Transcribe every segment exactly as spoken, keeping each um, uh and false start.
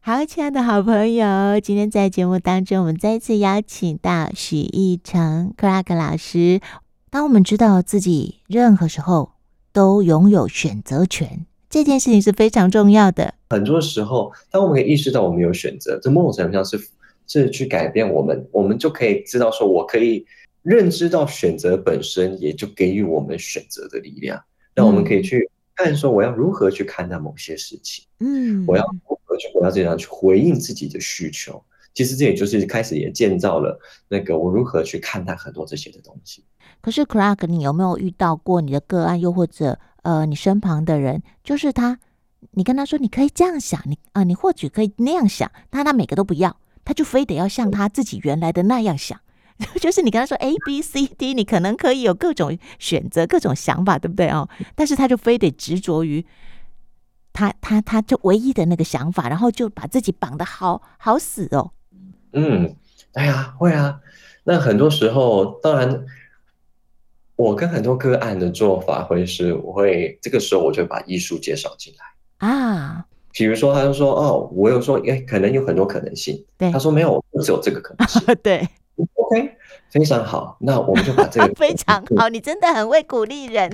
好，亲爱的好朋友，今天在节目当中，我们再一次邀请到许奕成 Clark 老师。当我们知道自己任何时候都拥有选择权，这件事情是非常重要的。 很多时候，当我们可以意识到我们有选择，这某种程度上是是去改变我们，我们就可以知道说，我可以认知到选择本身，也就给予我们选择的力量，让我们可以去看说，我要如何去看待某些事情，嗯，我要如何去我要这样去回应自己的需求。其实这也就是开始也建造了那个我如何去看待很多这些的东西。 可是 Clark， 你有没有遇到过你的个案，又或者呃你身旁的人，就是他，你跟他说你可以这样想，你啊、呃、你或许可以那样想，但他每个都不要，他就非得要像他自己原来的那样想。就是你跟他说 A B C D， 你可能可以有各种选择各种想法，对不对哦？但是他就非得执着于他他他就唯一的那个想法，然后就把自己绑得好好死哦。 嗯，哎呀，会啊。那很多时候，当然，我跟很多个案的做法会是，我会这个时候我就把艺术介绍进来啊。比如说，他就说，哦，我有说，哎，可能有很多可能性。 对， 他说没有，只有这个可能性。 对 ，OK，非常好。那我们就把这个非常好，你真的很会鼓励人。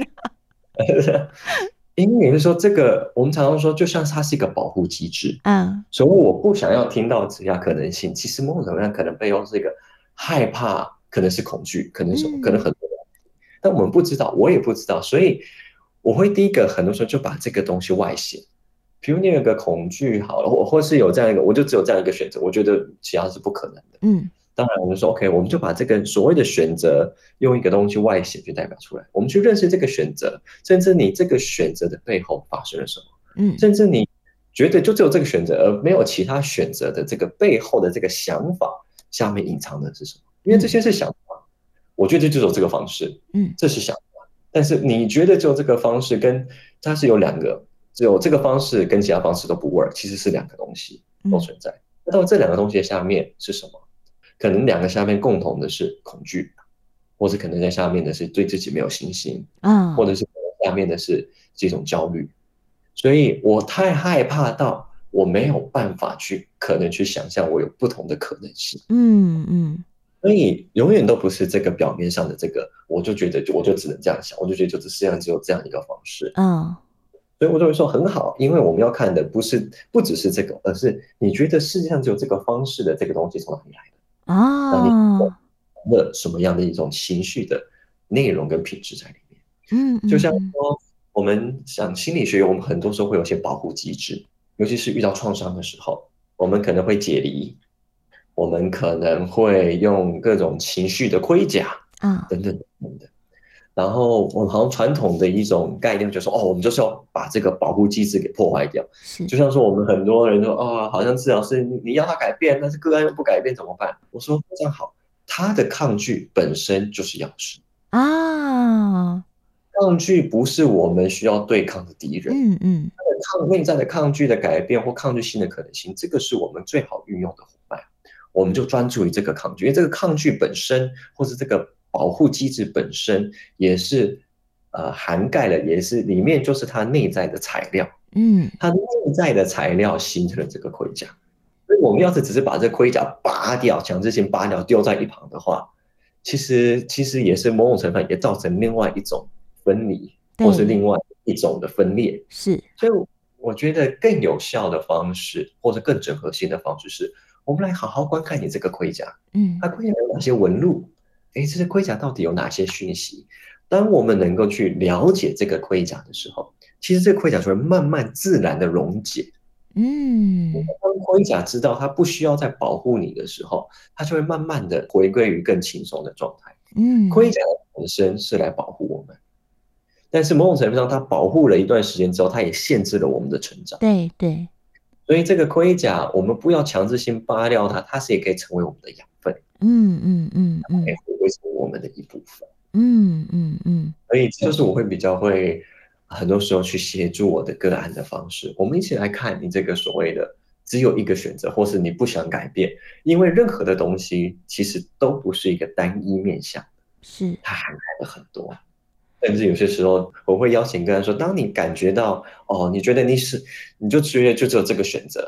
因为你是说这个，我们常常说，就像它是一个保护机制。嗯，所以我不想要听到只要可能性，其实某种程度上可能背后是一个害怕，可能是恐惧，可能什么，可能很多。但我们不知道，我也不知道，所以我会第一个很多时候就把这个东西外显。比如你有个恐惧好了，或或是有这样一个，我就只有这样一个选择，我觉得其他是不可能的。嗯，当然我们说 OK， 我们就把这个所谓的选择用一个东西外显去代表出来，我们去认识这个选择，甚至你这个选择的背后发生了什么。嗯，甚至你觉得就只有这个选择，而没有其他选择的这个背后的这个想法下面隐藏的是什么？因为这些是想法，我觉得就只有这个方式，嗯，这是想法。但是你觉得只有这个方式，跟它是有两个，只有这个方式跟其他方式都不 work， 其实是两个东西都存在。那到这两个东西的下面是什么？可能两个下面共同的是恐惧，或者可能在下面的是对自己没有信心，啊，或者是下面的是这种焦虑。所以我太害怕到我没有办法去可能去想象我有不同的可能性。嗯嗯。所以永远都不是这个表面上的这个，我就觉得我就只能这样想，我就觉得就世界上只有这样一个方式。嗯，所以我就会说很好，因为我们要看的不是不只是这个，而是你觉得世界上只有这个方式的这个东西从哪里来的？啊，那你有什么样的一种情绪的内容跟品质在里面？嗯，就像说我们讲心理学，我们很多时候会有些保护机制，尤其是遇到创伤的时候，我们可能会解离。我们可能会用各种情绪的盔甲啊，等等等等的。然后我们好像传统的一种概念就是说，哦，我们就是要把这个保护机制给破坏掉。就像说我们很多人说，哦，好像治疗师你你要他改变，但是个案又不改变怎么办？我说非常好，他的抗拒本身就是钥匙啊。抗拒不是我们需要对抗的敌人。嗯嗯，他的抗内在的抗拒的改变或抗拒新的可能性，这个是我们最好运用的伙伴。我们就专注于这个抗拒，因为这个抗拒本身，或是这个保护机制本身，也是呃涵盖了，也是里面就是它内在的材料。嗯，它内在的材料形成了这个盔甲。所以我们要是只是把这盔甲拔掉，强制性拔掉，丢在一旁的话，其实其实也是某种程度也造成另外一种分离，或是另外一种的分裂。是，所以我觉得更有效的方式，或者更整合性的方式是。我们来好好观看你这个盔甲，嗯，它盔甲有哪些纹路？哎，这些盔甲到底有哪些讯息？当我们能够去了解这个盔甲的时候，其实这个盔甲就会慢慢自然的溶解。嗯，当盔甲知道它不需要再保护你的时候，它就会慢慢的回归于更轻松的状态。嗯，盔甲本身是来保护我们，但是某种程度上，它保护了一段时间之后，它也限制了我们的成长。对对。所以这个盔甲，我们不要强制性扒掉它，它是也可以成为我们的养分。嗯嗯嗯嗯，可以回归成我们的一部分。嗯嗯嗯，所以这就是我会比较会很多时候去协助我的个案的方式。我们一起来看你这个所谓的只有一个选择，或是你不想改变，因为任何的东西其实都不是一个单一面向，是它涵盖了很多。甚至有些时候，我会邀请个人说：当你感觉到哦，你觉得你是，你就觉得就只有这个选择，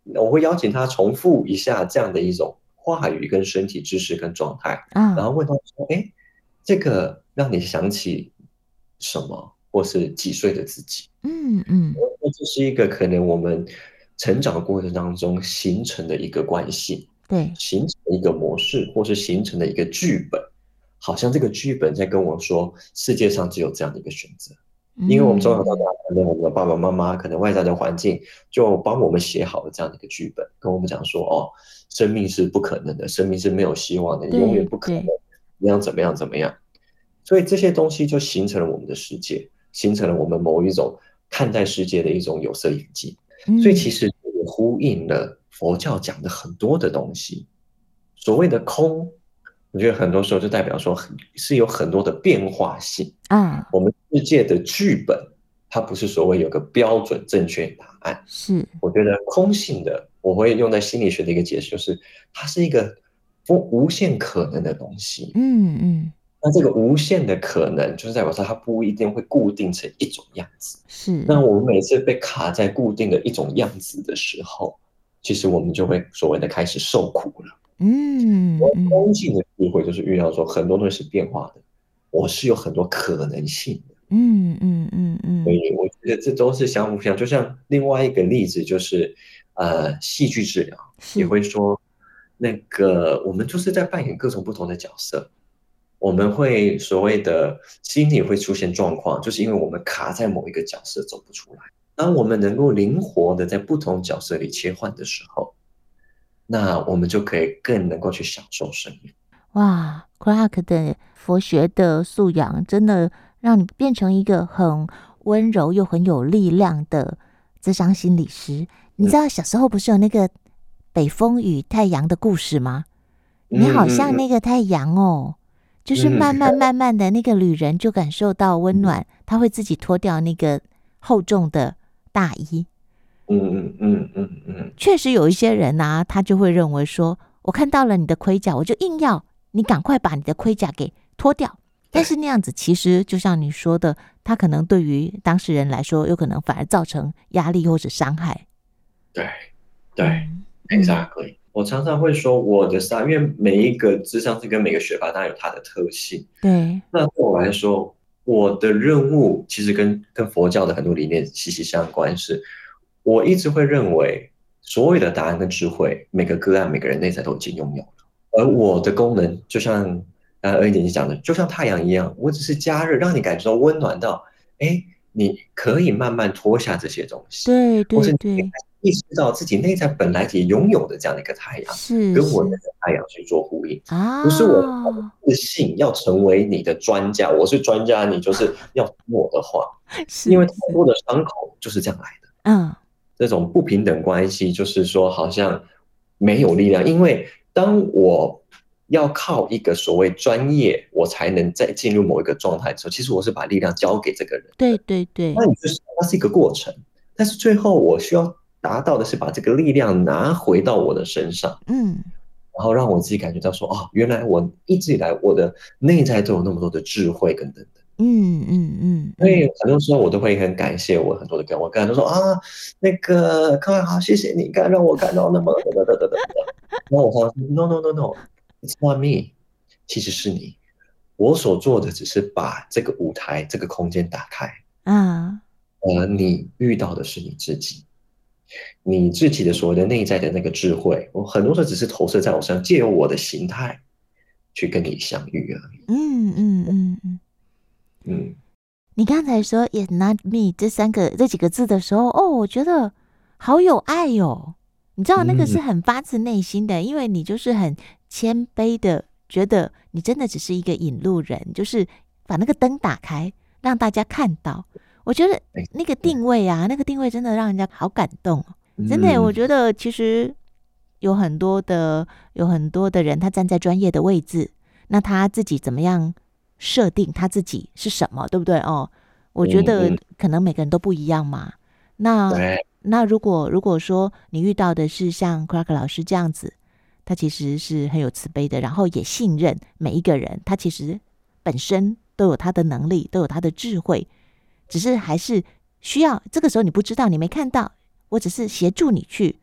我会邀请他重复一下这样的一种话语跟身体姿势跟状态，然后问他说：“哎，这个让你想起什么，或是几岁的自己？” 嗯嗯， 这是一个可能我们成长过程当中形成的一个惯性， 对， 形成的一个模式，或是形成的一个剧本，好像这个剧本在跟我说，世界上只有这样的一个选择。因为我们从小到大，可能我们的爸爸妈妈，可能外在的环境就帮我们写好了这样的一个剧本，跟我们讲说，哦，生命是不可能的，生命是没有希望的，永远不可能，怎么样怎么样怎么样。所以这些东西就形成了我们的世界，形成了我们某一种看待世界的一种有色眼镜。所以其实也呼应了佛教讲的很多的东西。所谓的空，我觉得很多时候就代表说是有很多的变化性啊。我们世界的剧本，它不是所谓有个标准正确答案。 是， 我觉得空性的，我会用在心理学的一个解释，就是它是一个无限可能的东西。 嗯嗯。 那这个无限的可能，就是代表说它不一定会固定成一种样子。 是。 那我们每次被卡在固定的一种样子的时候，其实我们就会所谓的开始受苦了。 嗯， 空性的智慧就是遇到说很多东西是变化的，我是有很多可能性的。 嗯嗯嗯嗯。 所以我觉得这都是相互相。就像另外一个例子，就是呃，戏剧治疗也会说，那个我们就是在扮演各种不同的角色。我们会所谓的心理会出现状况，就是因为我们卡在某一个角色走不出来。当我们能够灵活的在不同角色里切换的时候，那我们就可以更能够去享受生命。 哇 Clark 的佛学的素养真的让你变成一个很温柔又很有力量的諮商心理师。你知道小时候不是有那个北风与太阳的故事吗？ 嗯、 你好像那个太阳哦。就是慢慢慢慢的那个旅人就感受到温暖，他会自己脱掉那个厚重的大衣。 嗯嗯嗯嗯嗯， 确实有一些人啊，他就会认为说，我看到了你的盔甲，我就硬要你赶快把你的盔甲给脱掉。但是那样子其实就像你说的，他可能对于当事人来说，有可能反而造成压力或者伤害。 对对，没错，可以。我常常会说我的沙，因为每一个諮商师跟每个学法，当然有它的特性。 对， 那对我来说，我的任务其实跟跟佛教的很多理念息息相关。是，我一直会认为，所有的答案跟智慧，每个个案、每个人内在都已经拥有了。而我的功能，就像刚才二姐讲的，就像太阳一样，我只是加热，让你感觉到温暖到，哎，你可以慢慢脱下这些东西。 对对对。 意识到自己内在本来也拥有的这样的一个太阳，跟我的太阳去做呼应，不是我自信要成为你的专家，我是专家，你就是要听我的话，因为太多的伤口就是这样来的。 嗯， 这种不平等关系，就是说好像没有力量，因为当我要靠一个所谓专业，我才能再进入某一个状态的时候，其实我是把力量交给这个人。 对对对， 那你就是它是一个过程，但是最后我需要达到的是把这个力量拿回到我的身上，嗯，然后让我自己感觉到说，哦，原来我一直以来我的内在都有那么多的智慧跟等等，嗯嗯嗯，所以很多时候我都会很感谢我很多的跟我刚才都说啊，那个康好，谢谢你，刚让我看到那么的的的的，然后我说 no no no no，it's not me， 其实是你，我所做的只是把这个舞台这个空间打开啊，而你遇到的是你自己。你自己的所谓的内在的那个智慧，我很多时候只是投射在我身上，借由我的形态去跟你相遇而已。嗯嗯嗯嗯嗯。你刚才说 "It's not me" 这三个这几个字的时候，哦，我觉得好有爱哦。你知道那个是很发自内心的，嗯、因为你就是很谦卑的，觉得你真的只是一个引路人，就是把那个灯打开，让大家看到。我觉得那个定位啊，那个定位真的让人家好感动哦！真的，我觉得其实有很多的有很多的人，他站在专业的位置，那他自己怎么样设定他自己是什么，对不对哦？我觉得可能每个人都不一样嘛。那那如果如果说你遇到的是像 Clark 老师这样子，他其实是很有慈悲的，然后也信任每一个人，他其实本身都有他的能力，都有他的智慧。只是还是需要这个时候你不知道，你没看到，我只是协助你去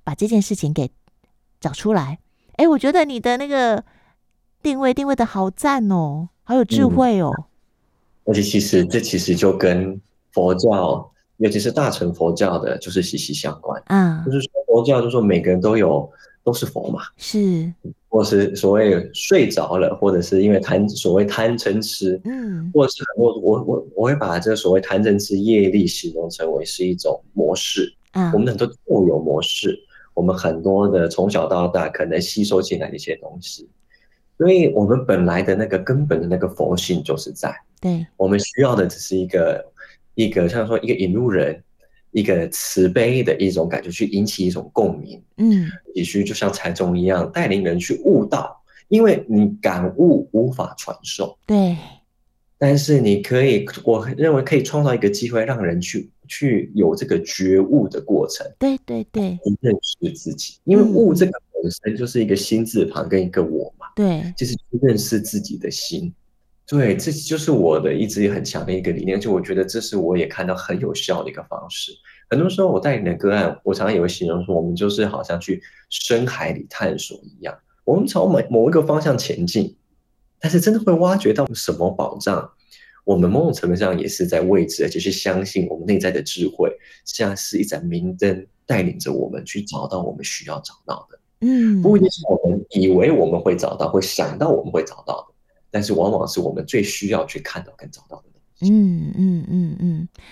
把这件事情给找出来。哎，我觉得你的那个定位定位的好赞哦，好有智慧哦。嗯， 而且其实这其实就跟佛教，尤其是大乘佛教的，就是息息相关。啊，就是说佛教就是说每个人都有都是佛嘛，是，或是所谓睡着了，或者是因为贪所谓贪嗔痴，嗯，或者是我我我我会把这所谓贪嗔痴业力形容成为是一种模式。啊，我们很多固有模式，我们很多的从小到大可能吸收进来的一些东西。所以我们本来的那个根本的那个佛性就是在，对，我们需要的只是一个一个像说一个引路人，一个慈悲的一种感觉，去引起一种共鸣，嗯，也许就像禅宗一样，带领人去悟道，因为你感悟无法传授，对，但是你可以，我认为可以创造一个机会，让人去去有这个觉悟的过程，对对对，认识自己，因为悟这个本身就是一个心字旁跟一个我嘛，对，就是认识自己的心。对，这就是我的一直很强的一个理念，就我觉得这是我也看到很有效的一个方式。很多时候我带领的个案，我常常也会形容说，我们就是好像去深海里探索一样，我们朝某某一个方向前进，但是真的会挖掘到什么宝藏，我们某种程度上也是在未知，而且是相信我们内在的智慧，像是一盏明灯，带领着我们去找到我们需要找到的。嗯，不一定是我们以为我们会找到，会想到我们会找到的。但是往往是我们最需要去看到跟找到的东西。嗯嗯嗯嗯，